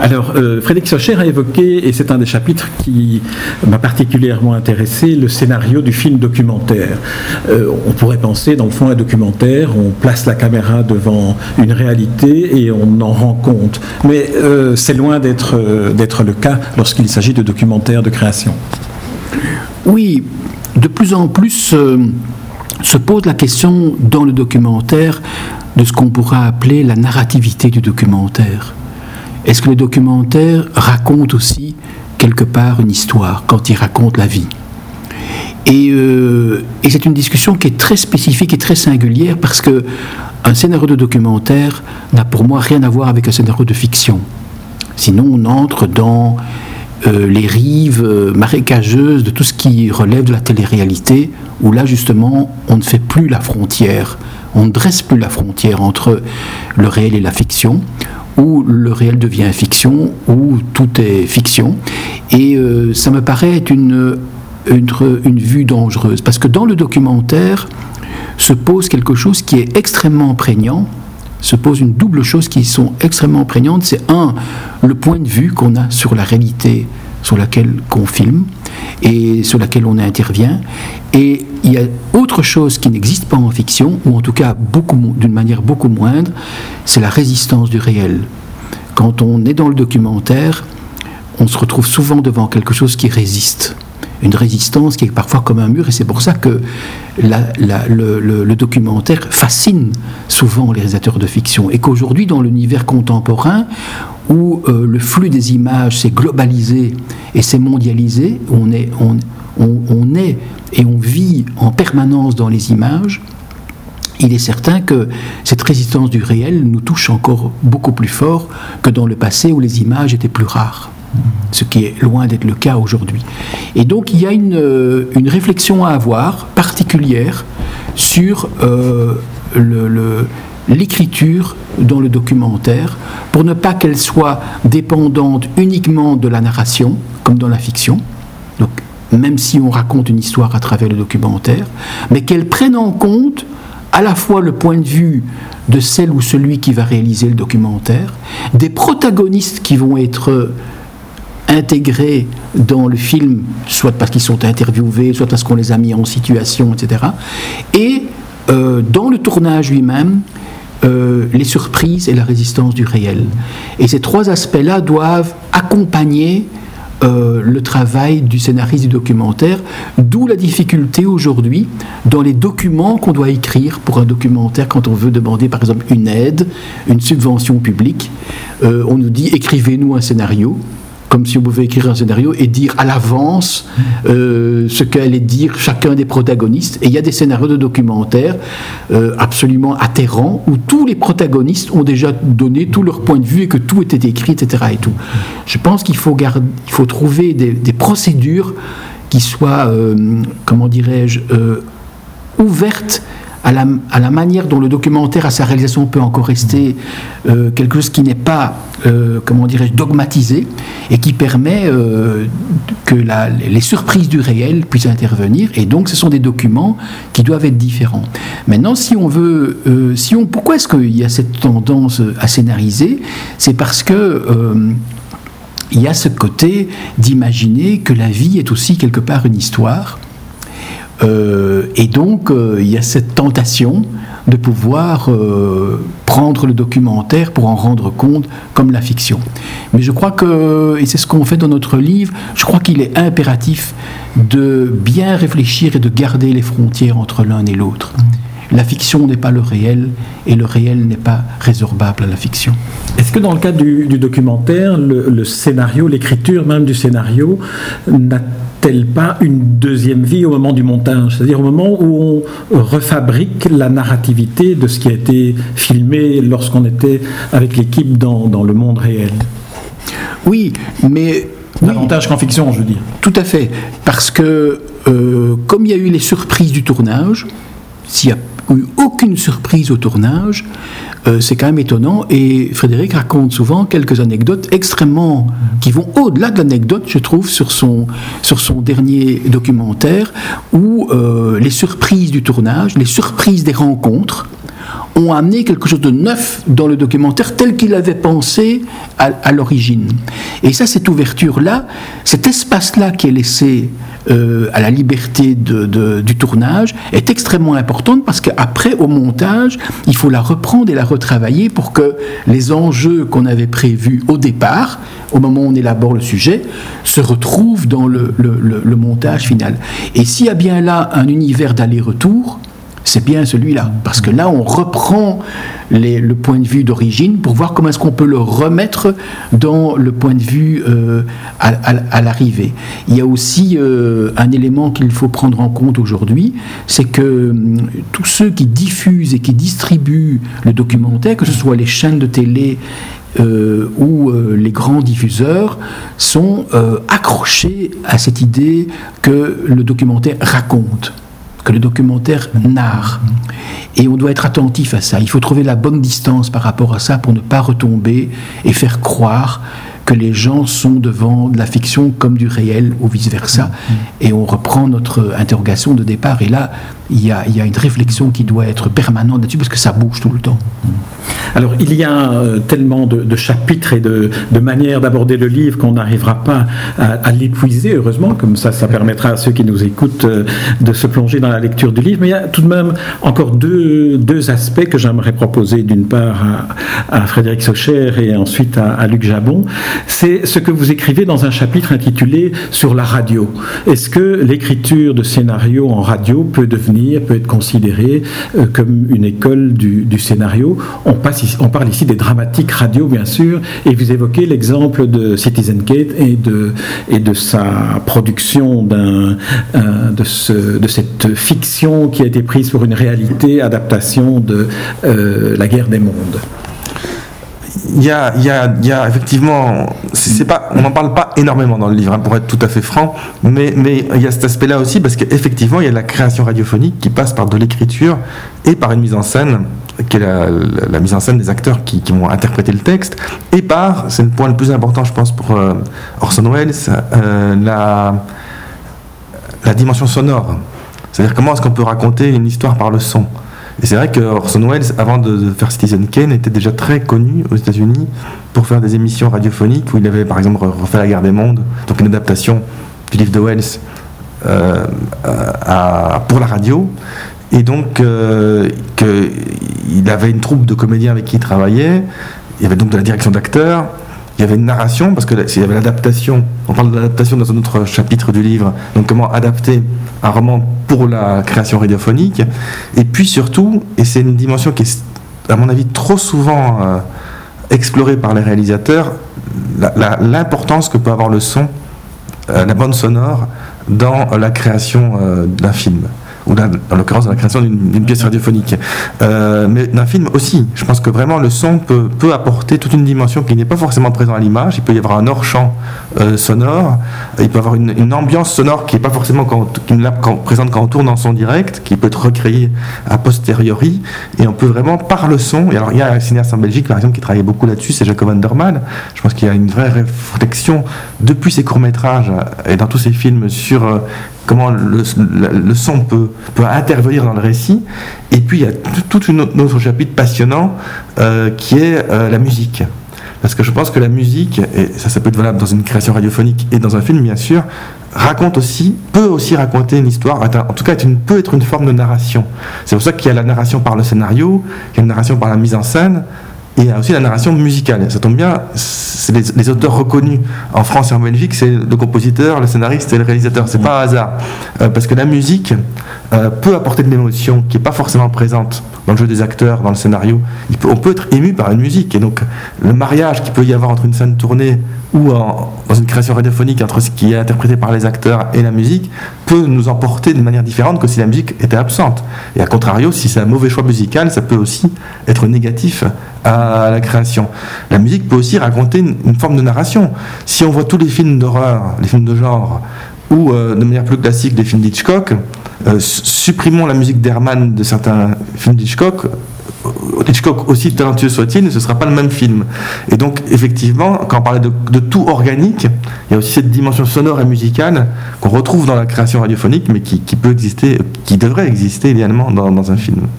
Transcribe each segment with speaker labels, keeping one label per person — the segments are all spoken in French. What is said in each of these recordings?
Speaker 1: Alors, Frédéric Socher a évoqué, et c'est un des chapitres qui m'a particulièrement intéressé, le scénario du film documentaire. On pourrait penser, dans le fond, un documentaire, on place la caméra devant une réalité et on en rend compte. Mais c'est loin d'être le cas lorsqu'il s'agit de documentaires de création.
Speaker 2: Oui, de plus en plus se pose la question dans le documentaire de ce qu'on pourra appeler la narrativité du documentaire. Est-ce que le documentaire raconte aussi quelque part une histoire quand il raconte la vie ? Et c'est une discussion qui est très spécifique et très singulière parce que un scénario de documentaire n'a pour moi rien à voir avec un scénario de fiction. Sinon, on entre dans les rives marécageuses de tout ce qui relève de la télé-réalité, où là, justement, on ne fait plus la frontière, on ne dresse plus la frontière entre le réel et la fiction, où le réel devient fiction, où tout est fiction. Et ça me paraît être une vue dangereuse, parce que dans le documentaire se pose quelque chose qui est extrêmement prégnant, se pose une double chose qui sont extrêmement prégnantes. C'est le point de vue qu'on a sur la réalité sur laquelle qu'on filme et sur laquelle on intervient. Et il y a autre chose qui n'existe pas en fiction, ou en tout cas d'une manière beaucoup moindre, c'est la résistance du réel. Quand on est dans le documentaire, on se retrouve souvent devant quelque chose qui résiste. Une résistance qui est parfois comme un mur, et c'est pour ça que le documentaire fascine souvent les réalisateurs de fiction, et qu'aujourd'hui, dans l'univers contemporain, où le flux des images s'est globalisé et s'est mondialisé, on est et on vit en permanence dans les images, il est certain que cette résistance du réel nous touche encore beaucoup plus fort que dans le passé où les images étaient plus rares. Ce qui est loin d'être le cas aujourd'hui. Et donc il y a une réflexion à avoir particulière sur l'écriture dans le documentaire, pour ne pas qu'elle soit dépendante uniquement de la narration, comme dans la fiction, donc même si on raconte une histoire à travers le documentaire, mais qu'elle prenne en compte à la fois le point de vue de celle ou celui qui va réaliser le documentaire, des protagonistes qui vont être intégrés dans le film, soit parce qu'ils sont interviewés, soit parce qu'on les a mis en situation, etc. Et dans le tournage lui-même, les surprises et la résistance du réel. Et ces trois aspects-là doivent accompagner le travail du scénariste du documentaire, d'où la difficulté aujourd'hui dans les documents qu'on doit écrire pour un documentaire. Quand on veut demander par exemple une aide, une subvention publique, on nous dit écrivez-nous un scénario, comme si on pouvait écrire un scénario et dire à l'avance ce qu'allait dire chacun des protagonistes. Et il y a des scénarios de documentaires absolument atterrants où tous les protagonistes ont déjà donné tout leur point de vue et que tout était écrit, etc. Et tout. Je pense qu'il faut trouver des procédures qui soient, comment dirais-je, ouvertes à la manière dont le documentaire, à sa réalisation, peut encore rester quelque chose qui n'est pas, comment dirais-je, dogmatisé, et qui permet que les surprises du réel puissent intervenir. Et donc, ce sont des documents qui doivent être différents. Maintenant, si on veut, pourquoi est-ce qu'il y a cette tendance à scénariser ? C'est parce que il y a ce côté d'imaginer que la vie est aussi quelque part une histoire. Et donc, il y a cette tentation de pouvoir prendre le documentaire pour en rendre compte comme la fiction. Mais je crois que, et c'est ce qu'on fait dans notre livre, je crois qu'il est impératif de bien réfléchir et de garder les frontières entre l'un et l'autre. La fiction n'est pas le réel, et le réel n'est pas résorbable à la fiction.
Speaker 1: Est-ce que dans le cadre du documentaire, le scénario, l'écriture même du scénario, n'a-t-elle pas une deuxième vie au moment du montage ? C'est-à-dire au moment où on refabrique la narrativité de ce qui a été filmé lorsqu'on était avec l'équipe dans le monde réel ?
Speaker 2: Oui, mais...
Speaker 1: Davantage qu'en fiction, je veux dire.
Speaker 2: Tout à fait, parce que comme il y a eu les surprises du tournage, s'il n'y a eu aucune surprise au tournage, c'est quand même étonnant, et Frédéric raconte souvent quelques anecdotes extrêmement, qui vont au-delà de l'anecdote, je trouve, sur son dernier documentaire, où les surprises du tournage, les surprises des rencontres, ont amené quelque chose de neuf dans le documentaire tel qu'il avait pensé à l'origine. Et ça, cette ouverture-là, cet espace-là qui est laissé à la liberté du tournage est extrêmement importante parce qu'après, au montage, il faut la reprendre et la retravailler pour que les enjeux qu'on avait prévus au départ, au moment où on élabore le sujet, se retrouvent dans le montage final. Et s'il y a bien là un univers d'aller-retour, c'est bien celui-là, parce que là on reprend le point de vue d'origine pour voir comment est-ce qu'on peut le remettre dans le point de vue à l'arrivée. Il y a aussi un élément qu'il faut prendre en compte aujourd'hui, c'est que tous ceux qui diffusent et qui distribuent le documentaire, que ce soit les chaînes de télé où les grands diffuseurs sont accrochés à cette idée que le documentaire raconte, que le documentaire narre. Et on doit être attentif à ça. Il faut trouver la bonne distance par rapport à ça pour ne pas retomber et faire croire que les gens sont devant de la fiction comme du réel ou vice-versa. Et on reprend notre interrogation de départ. Et là, il y a une réflexion qui doit être permanente là-dessus parce que ça bouge tout le temps.
Speaker 1: Alors, il y a tellement de chapitres et de manières d'aborder le livre qu'on n'arrivera pas à l'épuiser, heureusement, comme ça permettra à ceux qui nous écoutent de se plonger dans la lecture du livre. Mais il y a tout de même encore deux aspects que j'aimerais proposer, d'une part à Frédéric Socher et ensuite à Luc Jabon. C'est ce que vous écrivez dans un chapitre intitulé « Sur la radio ». Est-ce que l'écriture de scénario en radio peut être considérée comme une école du scénario? On parle ici des dramatiques radio, bien sûr, et vous évoquez l'exemple de Citizen Kane et de sa production de cette fiction qui a été prise pour une réalité, adaptation de La Guerre des mondes.
Speaker 3: Il y a effectivement, on n'en parle pas énormément dans le livre, pour être tout à fait franc, mais il y a cet aspect-là aussi, parce qu'effectivement, il y a de la création radiophonique qui passe par de l'écriture et par une mise en scène, qui est la mise en scène des acteurs qui vont interpréter le texte, et c'est le point le plus important, je pense, pour Orson Welles, la dimension sonore. C'est-à-dire comment est-ce qu'on peut raconter une histoire par le son. Et c'est vrai que Orson Welles, avant de faire Citizen Kane, était déjà très connu aux États-Unis pour faire des émissions radiophoniques où il avait par exemple refait La Guerre des mondes, donc une adaptation du livre de Wells pour la radio. Et donc il avait une troupe de comédiens avec qui il travaillait. Il y avait donc de la direction d'acteurs. Il y avait une narration, parce qu'il y avait l'adaptation. On parle de l'adaptation dans un autre chapitre du livre. Donc comment adapter un roman pour la création radiophonique. Et puis surtout, et c'est une dimension qui est, à mon avis, trop souvent explorée par les réalisateurs, l'importance que peut avoir le son, la bande sonore, dans la création d'un film. Ou là, en l'occurrence dans la création d'une pièce radiophonique. Mais d'un film aussi. Je pense que vraiment le son peut apporter toute une dimension qui n'est pas forcément présente à l'image. Il peut y avoir un hors-champ sonore, il peut y avoir une ambiance sonore qui n'est pas forcément présente quand on tourne en son direct, qui peut être recréée a posteriori, et on peut vraiment par le son. Et alors il y a un cinéaste en Belgique par exemple qui travaillait beaucoup là-dessus, c'est Jacob van der Maan. Je pense qu'il y a une vraie réflexion depuis ses courts-métrages et dans tous ses films sur comment le son peut intervenir dans le récit. Et puis il y a tout un autre chapitre passionnant qui est la musique. Parce que je pense que la musique, et ça peut être valable dans une création radiophonique et dans un film bien sûr, peut aussi raconter une histoire, en tout cas peut être une forme de narration. C'est pour ça qu'il y a la narration par le scénario, il y a la narration par la mise en scène, et il y a aussi la narration musicale. Ça tombe bien, c'est les auteurs reconnus en France et en Belgique, c'est le compositeur, le scénariste et le réalisateur. C'est pas un hasard. Parce que la musique peut apporter de l'émotion qui n'est pas forcément présente dans le jeu des acteurs, dans le scénario. On peut être ému par une musique. Et donc, le mariage qu'il peut y avoir entre une scène tournée ou dans une création radiophonique entre ce qui est interprété par les acteurs et la musique peut nous emporter de manière différente que si la musique était absente. Et à contrario, si c'est un mauvais choix musical, ça peut aussi être négatif à la création. La musique peut aussi raconter une forme de narration. Si on voit tous les films d'horreur, les films de genre, ou de manière plus classique les films d'Hitchcock, supprimons la musique d'Herman de certains films d'Hitchcock, Hitchcock, aussi talentueux soit-il, ce ne sera pas le même film. Et donc, effectivement, quand on parlait de tout organique, il y a aussi cette dimension sonore et musicale qu'on retrouve dans la création radiophonique, mais qui peut exister, qui devrait exister idéalement dans un film.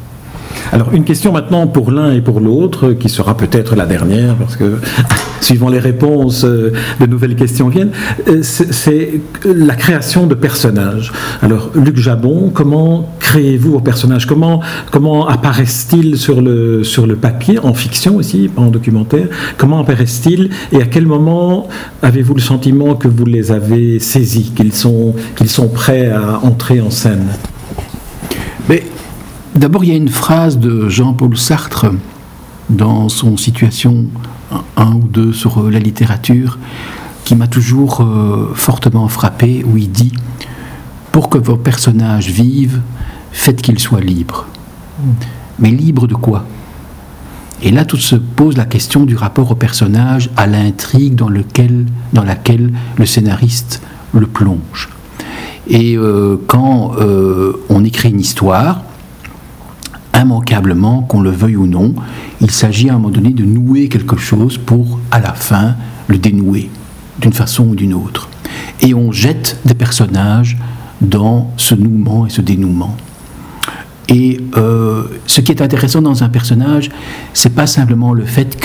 Speaker 1: Alors, une question maintenant pour l'un et pour l'autre, qui sera peut-être la dernière, parce que, suivant les réponses, de nouvelles questions viennent. C'est la création de personnages. Alors, Luc Jabon, comment créez-vous vos personnages ? Comment apparaissent-ils sur le papier, en fiction aussi, pas en documentaire ? Comment apparaissent-ils et à quel moment avez-vous le sentiment que vous les avez saisis, qu'ils sont prêts à entrer en scène ?
Speaker 2: Mais d'abord, il y a une phrase de Jean-Paul Sartre dans son Situation 1 ou 2 sur la littérature qui m'a toujours fortement frappé, où il dit « Pour que vos personnages vivent, faites qu'ils soient libres. » Mais libres de quoi ? Et là, tout se pose la question du rapport au personnage, à l'intrigue dans laquelle le scénariste le plonge. Et quand on écrit une histoire, immanquablement, qu'on le veuille ou non, il s'agit à un moment donné de nouer quelque chose pour, à la fin, le dénouer, d'une façon ou d'une autre. Et on jette des personnages dans ce nouement et ce dénouement. Et ce qui est intéressant dans un personnage, c'est pas simplement le fait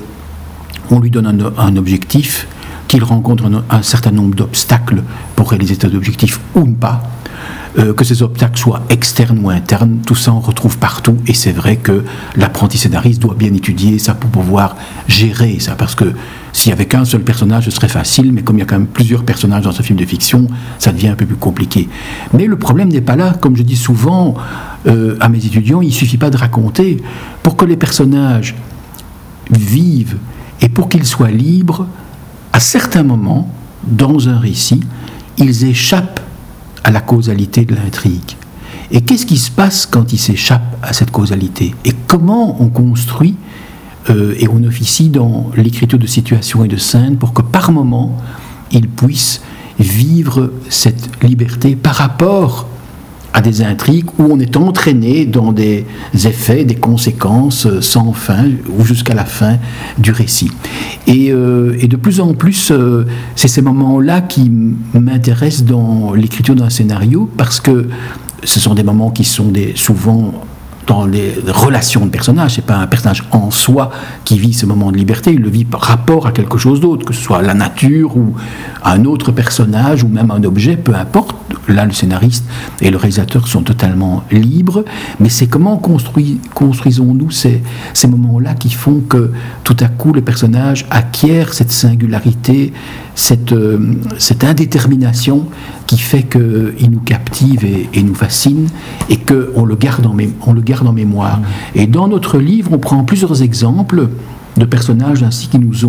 Speaker 2: qu'on lui donne un objectif, qu'il rencontre un certain nombre d'obstacles pour réaliser cet objectif ou pas, que ces obstacles soient externes ou internes, tout ça on retrouve partout, et c'est vrai que l'apprenti scénariste doit bien étudier ça pour pouvoir gérer ça, parce que s'il n'y avait qu'un seul personnage, ce serait facile, mais comme il y a quand même plusieurs personnages dans ce film de fiction, ça devient un peu plus compliqué. Mais le problème n'est pas là, comme je dis souvent à mes étudiants, il ne suffit pas de raconter. Pour que les personnages vivent et pour qu'ils soient libres, à certains moments, dans un récit, ils échappent à la causalité de l'intrigue. Et qu'est-ce qui se passe quand ils s'échappent à cette causalité ? Et comment on construit et on officie dans l'écriture de situations et de scènes pour que par moment, ils puissent vivre cette liberté par rapport à des intrigues où on est entraîné dans des effets, des conséquences sans fin ou jusqu'à la fin du récit. Et de plus en plus, c'est ces moments-là qui m'intéressent dans l'écriture d'un scénario, parce que ce sont des moments qui sont souvent dans les relations de personnages. C'est pas un personnage en soi qui vit ce moment de liberté, il le vit par rapport à quelque chose d'autre, que ce soit la nature ou un autre personnage ou même un objet, peu importe. Là, le scénariste et le réalisateur sont totalement libres, mais c'est comment construisons-nous ces moments-là qui font que tout à coup le personnage acquiert cette singularité, cette indétermination qui fait qu'il nous captive et nous fascine, et qu'on le garde en mémoire. Et dans notre livre, on prend plusieurs exemples de personnages ainsi qui nous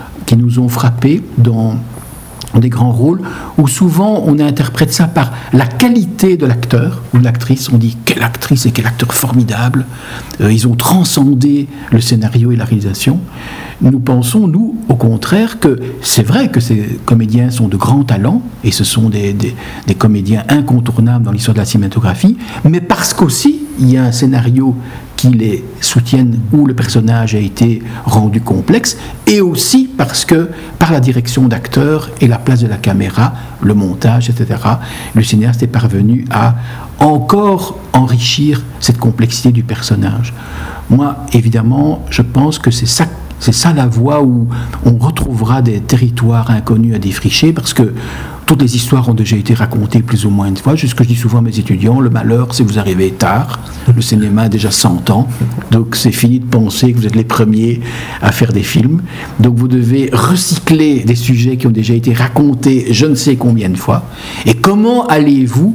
Speaker 2: ont frappés dans des grands rôles, où souvent on interprète ça par la qualité de l'acteur ou de l'actrice. On dit quelle actrice et quel acteur formidable, ils ont transcendé le scénario et la réalisation. Nous pensons, nous, au contraire, que c'est vrai que ces comédiens sont de grands talents, et ce sont des comédiens incontournables dans l'histoire de la cinématographie, mais parce qu'aussi il y a un scénario qui les soutienne, où le personnage a été rendu complexe, et aussi parce que par la direction d'acteurs et la place de la caméra, le montage, etc., le cinéaste est parvenu à encore enrichir cette complexité du personnage. Moi, évidemment, je pense que c'est ça la voie où on retrouvera des territoires inconnus à défricher, parce que toutes les histoires ont déjà été racontées plus ou moins une fois. C'est ce que je dis souvent à mes étudiants, le malheur, c'est que vous arrivez tard, le cinéma a déjà 100 ans, donc c'est fini de penser que vous êtes les premiers à faire des films. Donc vous devez recycler des sujets qui ont déjà été racontés je ne sais combien de fois. Et comment allez-vous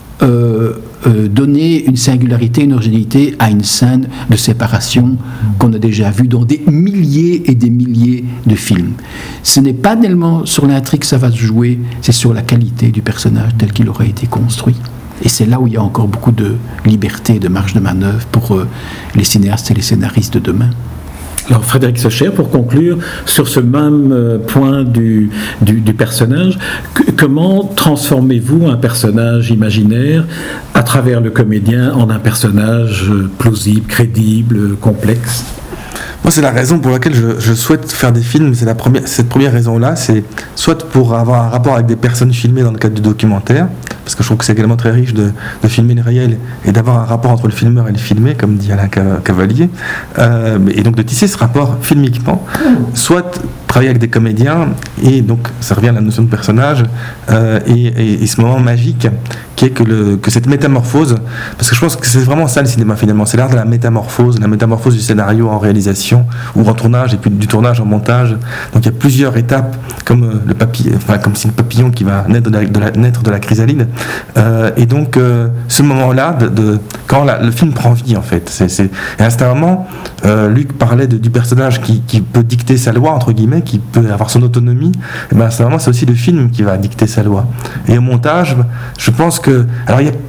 Speaker 2: donner une singularité, une originalité à une scène de séparation qu'on a déjà vue dans des milliers et des milliers de films. Ce n'est pas tellement sur l'intrigue que ça va se jouer, c'est sur la qualité du personnage tel qu'il aurait été construit. Et c'est là où il y a encore beaucoup de liberté, de marge de manœuvre pour les cinéastes et les scénaristes de demain.
Speaker 1: Alors Frédéric Socher, pour conclure, sur ce même point du personnage, comment transformez-vous un personnage imaginaire à travers le comédien en un personnage plausible, crédible, complexe ?
Speaker 3: Moi, c'est la raison pour laquelle je souhaite faire des films. Cette première raison-là, c'est soit pour avoir un rapport avec des personnes filmées dans le cadre du documentaire, parce que je trouve que c'est également très riche de filmer le réel et d'avoir un rapport entre le filmeur et le filmé, comme dit Alain Cavalier, et donc de tisser ce rapport filmiquement, soit travailler avec des comédiens, et donc ça revient à la notion de personnage, et ce moment magique qui est que cette métamorphose, parce que je pense que c'est vraiment ça le cinéma finalement, c'est l'art de la métamorphose du scénario en réalisation ou en tournage, et puis du tournage en montage. Donc il y a plusieurs étapes, comme comme c'est le papillon qui va naître de la chrysalide, et donc ce moment-là quand le film prend vie en fait, et à ce moment, Luc parlait du personnage qui peut dicter sa loi entre guillemets, qui peut avoir son autonomie, et bien à ce moment c'est aussi le film qui va dicter sa loi. Et au montage, je pense que, alors il y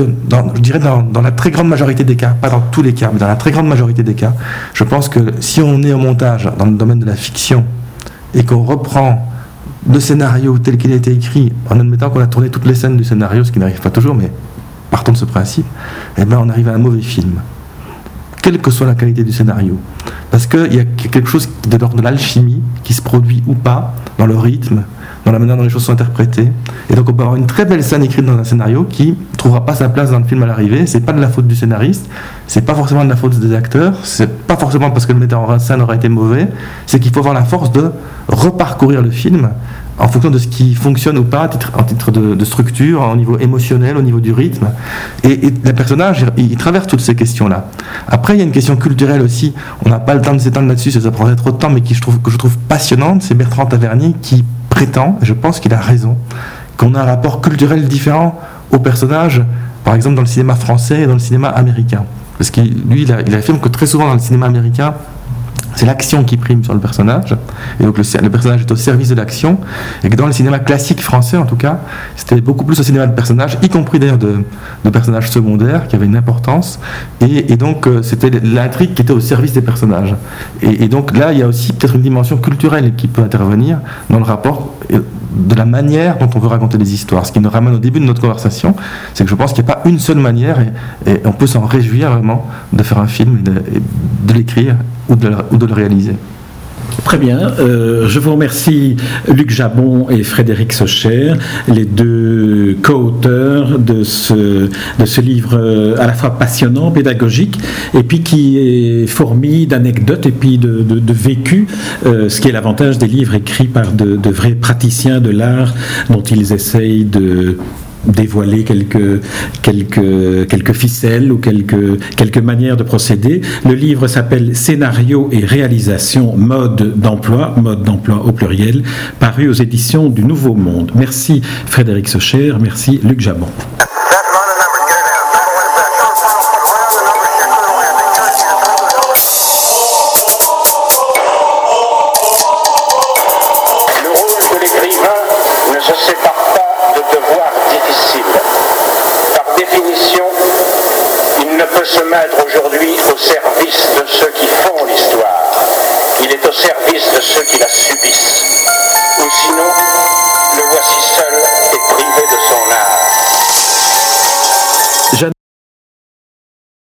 Speaker 3: a je dirais dans la très grande majorité des cas, pas dans tous les cas, mais dans la très grande majorité des cas, je pense que si on est au montage dans le domaine de la fiction et qu'on reprend le scénario tel qu'il a été écrit, en admettant qu'on a tourné toutes les scènes du scénario, ce qui n'arrive pas toujours, mais partons de ce principe, eh ben on arrive à un mauvais film, quelle que soit la qualité du scénario. Parce qu'il y a quelque chose de l'ordre de l'alchimie qui se produit ou pas dans le rythme, dans la manière dont les choses sont interprétées. Et donc on peut avoir une très belle scène écrite dans un scénario qui ne trouvera pas sa place dans le film à l'arrivée. C'est pas de la faute du scénariste, c'est pas forcément de la faute des acteurs, c'est pas forcément parce que le metteur en scène aurait été mauvais, c'est qu'il faut avoir la force de reparcourir le film en fonction de ce qui fonctionne ou pas, en titre de structure, au niveau émotionnel, au niveau du rythme. Et les personnages, ils traversent toutes ces questions-là. Après, il y a une question culturelle aussi. On n'a pas le temps de s'étendre là-dessus, ça prendrait trop de temps, mais que je trouve passionnante. C'est Bertrand Tavernier qui prétend, et je pense qu'il a raison, qu'on a un rapport culturel différent aux personnages, par exemple dans le cinéma français et dans le cinéma américain. Parce que lui, il affirme que très souvent dans le cinéma américain, c'est l'action qui prime sur le personnage, et donc le personnage est au service de l'action, et que dans le cinéma classique français en tout cas, c'était beaucoup plus au cinéma de personnages, y compris d'ailleurs de personnages secondaires qui avaient une importance, et donc c'était l'intrigue qui était au service des personnages. Et donc là, il y a aussi peut-être une dimension culturelle qui peut intervenir dans le rapport de la manière dont on veut raconter les histoires. Ce qui nous ramène au début de notre conversation, c'est que je pense qu'il n'y a pas une seule manière, et on peut s'en réjouir vraiment de faire un film et de l'écrire ou de le réaliser.
Speaker 1: Très bien, je vous remercie Luc Jabon et Frédéric Socher, les deux co-auteurs de ce livre à la fois passionnant, pédagogique, et puis qui est fourmi d'anecdotes et puis de vécu, ce qui est l'avantage des livres écrits par de vrais praticiens de l'art dont ils essayent de dévoiler quelques ficelles ou quelques manières de procéder. Le livre s'appelle Scénario et réalisation, mode d'emploi au pluriel, paru aux éditions du Nouveau Monde. Merci Frédéric Socher, merci Luc Jabon.
Speaker 4: Le rôle de l'écrivain ne se sépare pas de devoirs difficiles. Par définition, il ne peut se mettre aujourd'hui au service de ceux qui font l'histoire. Il est au service de ceux qui la subissent. Ou sinon,